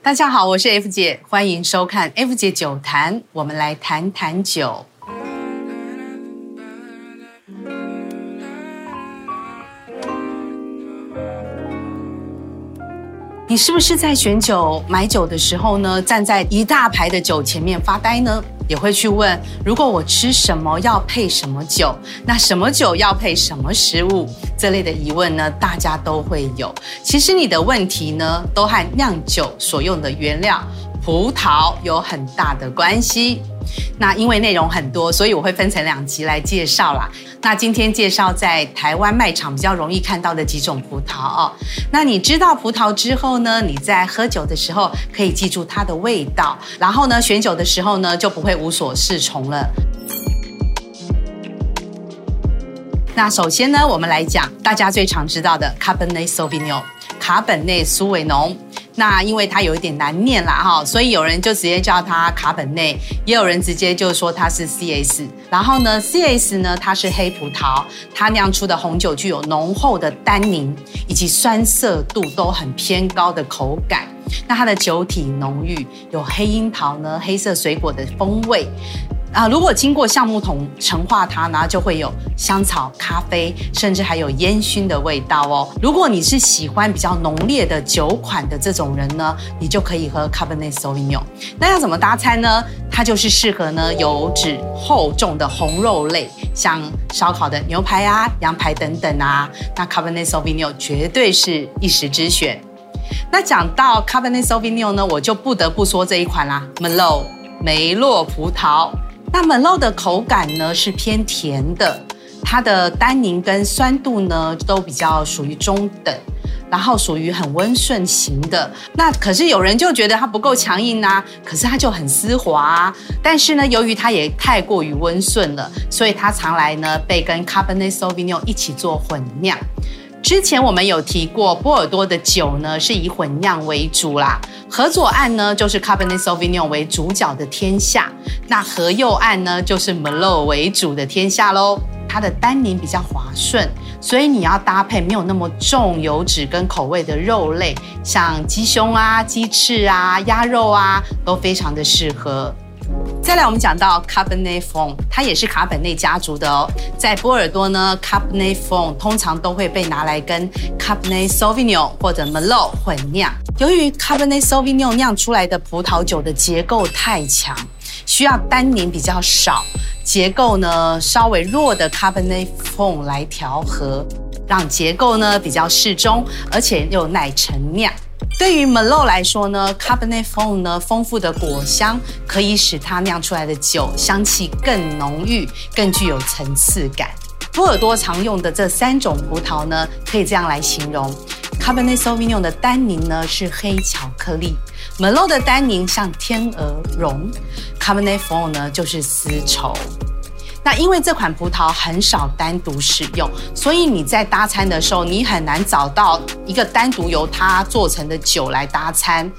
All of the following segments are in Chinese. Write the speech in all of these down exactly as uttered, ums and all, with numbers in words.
大家好，我是 F 姐，欢迎收看 F 姐酒谈，我们来谈谈酒。你是不是在选酒、买酒的时候呢，站在一大排的酒前面发呆呢？也会去问，如果我吃什么要配什么酒，那什么酒要配什么食物？这类的疑问呢，大家都会有。其实你的问题呢，都和酿酒所用的原料葡萄有很大的关系。那因为内容很多，所以我会分成两集来介绍啦。那今天介绍在台湾卖场比较容易看到的几种葡萄哦。那你知道葡萄之后呢，你在喝酒的时候可以记住它的味道，然后呢，选酒的时候呢就不会无所适从了。那首先呢，我们来讲大家最常知道的 Cabernet Sauvignon 卡本内苏维浓。那因为它有一点难念啦哈，所以有人就直接叫它卡本内，也有人直接就说它是 C S。然后呢 ，C S 呢，它是黑葡萄，它酿出的红酒具有浓厚的单宁以及酸涩度都很偏高的口感。那它的酒体浓郁，有黑樱桃呢，黑色水果的风味。啊，如果经过橡木桶陈化它呢，就会有香草、咖啡，甚至还有烟熏的味道哦。如果你是喜欢比较浓烈的酒款的这种人呢，你就可以喝 Cabernet Sauvignon。那要怎么搭餐呢？它就是适合呢油脂厚重的红肉类，像烧烤的牛排啊、羊排等等啊。那 Cabernet Sauvignon 绝对是一时之选。那讲到 Cabernet Sauvignon 呢，我就不得不说这一款啦 ，Merlot 梅洛葡萄。那 Merlot 的口感呢是偏甜的，它的单宁跟酸度呢都比较属于中等，然后属于很温顺型的。那可是有人就觉得它不够强硬啊，可是它就很丝滑啊。但是呢，由于它也太过于温顺了，所以它常来呢被跟 Cabernet Sauvignon 一起做混酿。之前我们有提过，波尔多的酒呢是以混酿为主啦，河左岸呢就是 Cabernet Sauvignon 为主角的天下，那河右岸呢就是 Merlot 为主的天下咯。它的单宁比较滑顺，所以你要搭配没有那么重油脂跟口味的肉类，像鸡胸啊、鸡翅啊、鸭肉啊，都非常的适合。再来，我们讲到 Cabernet Franc， 它也是卡本内家族的哦。在波尔多呢 ，Cabernet Franc 通常都会被拿来跟 Cabernet Sauvignon 或者 Merlot 混酿。由于 Cabernet Sauvignon 酿出来的葡萄酒的结构太强，需要单宁比较少、结构呢稍微弱的 Cabernet Franc 来调和，让结构呢比较适中，而且又耐陈酿。对于 Merlot 来说呢 ，Cabernet Franc 呢丰富的果香可以使它酿出来的酒香气更浓郁，更具有层次感。波尔多常用的这三种葡萄呢，可以这样来形容 ：Cabernet Sauvignon 的单宁呢是黑巧克力 ，Merlot 的单宁像天鹅绒 ，Cabernet Franc 呢就是丝绸。那因为这款葡萄很少单独使用，所以你在搭餐的时候，你很难找到一个单独由它做成的酒来搭餐。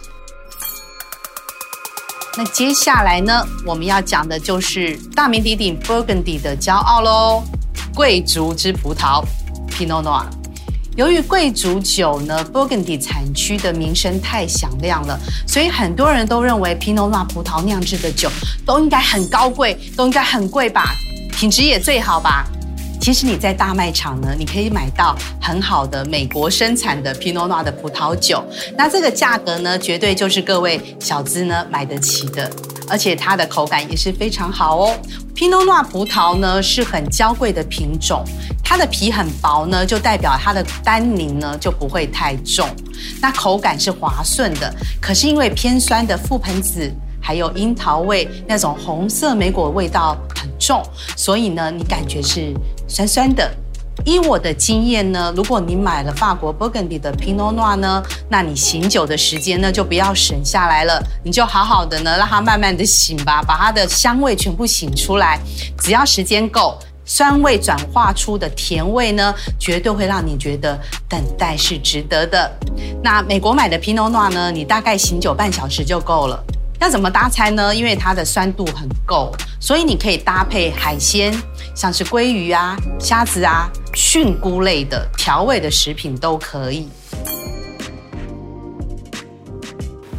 那接下来呢，我们要讲的就是大名鼎鼎 Burgundy 的骄傲咯，贵族之葡萄 Pinot Noir。由于贵族酒呢 ，Burgundy 产区的名声太响亮了，所以很多人都认为 Pinot Noir 葡萄酿制的酒都应该很高贵，都应该很贵吧，品质也最好吧。其实你在大卖场呢，你可以买到很好的美国生产的 Pinot Noir 的葡萄酒，那这个价格呢，绝对就是各位小资呢买得起的，而且它的口感也是非常好哦。Pinot Noir 葡萄呢是很娇贵的品种，它的皮很薄呢，就代表它的单宁呢就不会太重，那口感是滑顺的。可是因为偏酸的覆盆子还有樱桃味那种红色莓果味道很重，所以呢你感觉是酸酸的。依我的经验呢，如果你买了法国 Burgundy 的 Pinot Noir 呢，那你醒酒的时间呢就不要省下来了，你就好好的呢让它慢慢的醒吧，把它的香味全部醒出来。只要时间够，酸味转化出的甜味呢，绝对会让你觉得等待是值得的。那美国买的 Pinot Noir 呢，你大概醒酒半小时就够了。要怎么搭餐呢？因为它的酸度很够，所以你可以搭配海鲜，像是鲑鱼啊、虾子啊、菌菇类的调味的食品都可以。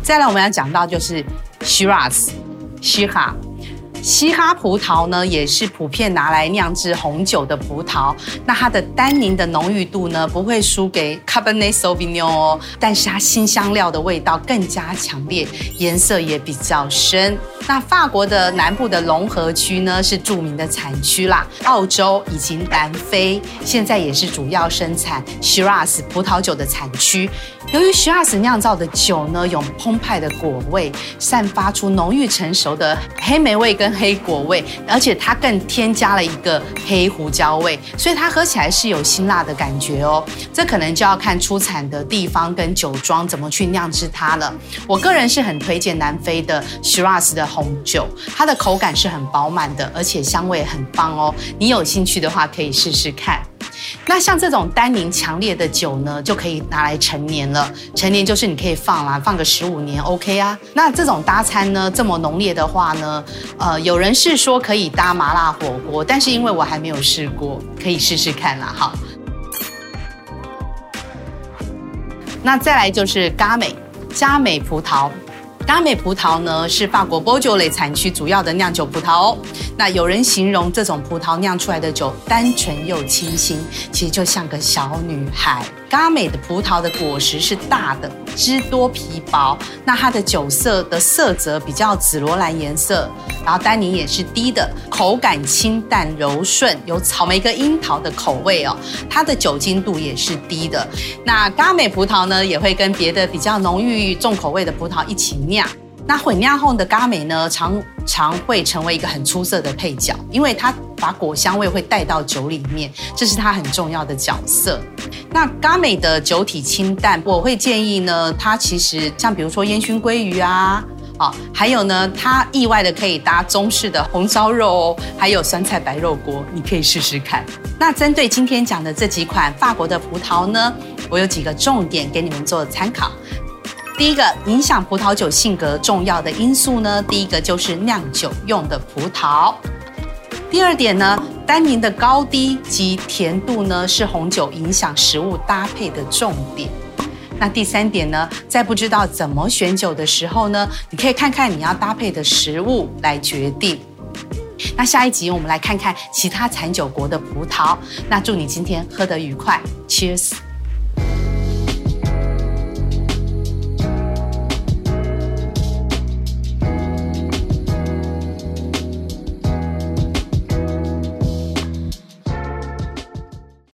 再来我们要讲到就是 Shiraz 西哈。西哈葡萄呢，也是普遍拿来酿制红酒的葡萄。那它的单宁的浓郁度呢，不会输给 Cabernet Sauvignon 哦，但是它辛香料的味道更加强烈，颜色也比较深。那法国的南部的隆河区呢，是著名的产区啦。澳洲以及南非现在也是主要生产 Shiraz 葡萄酒的产区。由于 Shiraz 酿造的酒呢，有澎湃的果味，散发出浓郁成熟的黑莓味跟黑果味，而且它更添加了一个黑胡椒味，所以它喝起来是有辛辣的感觉哦。这可能就要看出产的地方跟酒庄怎么去酿制它了。我个人是很推荐南非的 Shiraz 的红酒，它的口感是很饱满的，而且香味很棒哦。你有兴趣的话，可以试试看。那像这种单宁强烈的酒呢，就可以拿来陈年了。陈年就是你可以放啦，放个十五年 OK 啊。那这种搭餐呢，这么浓烈的话呢，呃，有人是说可以搭麻辣火锅，但是因为我还没有试过，可以试试看啦。好，那再来就是嘎美嘉美葡萄。嘉美葡萄呢是法国波酒雷产区主要的酿酒葡萄哦。那有人形容这种葡萄酿出来的酒单纯又清新，其实就像个小女孩。嘉美的葡萄的果实是大的，汁多皮薄，那它的酒色的色泽比较紫罗兰颜色，然后单宁也是低的，口感清淡柔顺，有草莓跟樱桃的口味哦。它的酒精度也是低的。那嘉美葡萄呢，也会跟别的比较浓郁重口味的葡萄一起酿。那混酿后的嘉美呢，常常会成为一个很出色的配角，因为它把果香味会带到酒里面，这是它很重要的角色。那嘉美的酒体清淡，我会建议呢，它其实像比如说烟熏鲑鱼啊，哦，还有呢，它意外的可以搭中式的红烧肉哦，还有酸菜白肉锅，你可以试试看。那针对今天讲的这几款法国的葡萄呢，我有几个重点给你们做参考。第一个影响葡萄酒性格重要的因素呢，第一个就是酿酒用的葡萄。第二点呢，单宁的高低及甜度呢，是红酒影响食物搭配的重点。那第三点呢，在不知道怎么选酒的时候呢，你可以看看你要搭配的食物来决定。那下一集我们来看看其他产酒国的葡萄。那祝你今天喝得愉快 ，Cheers！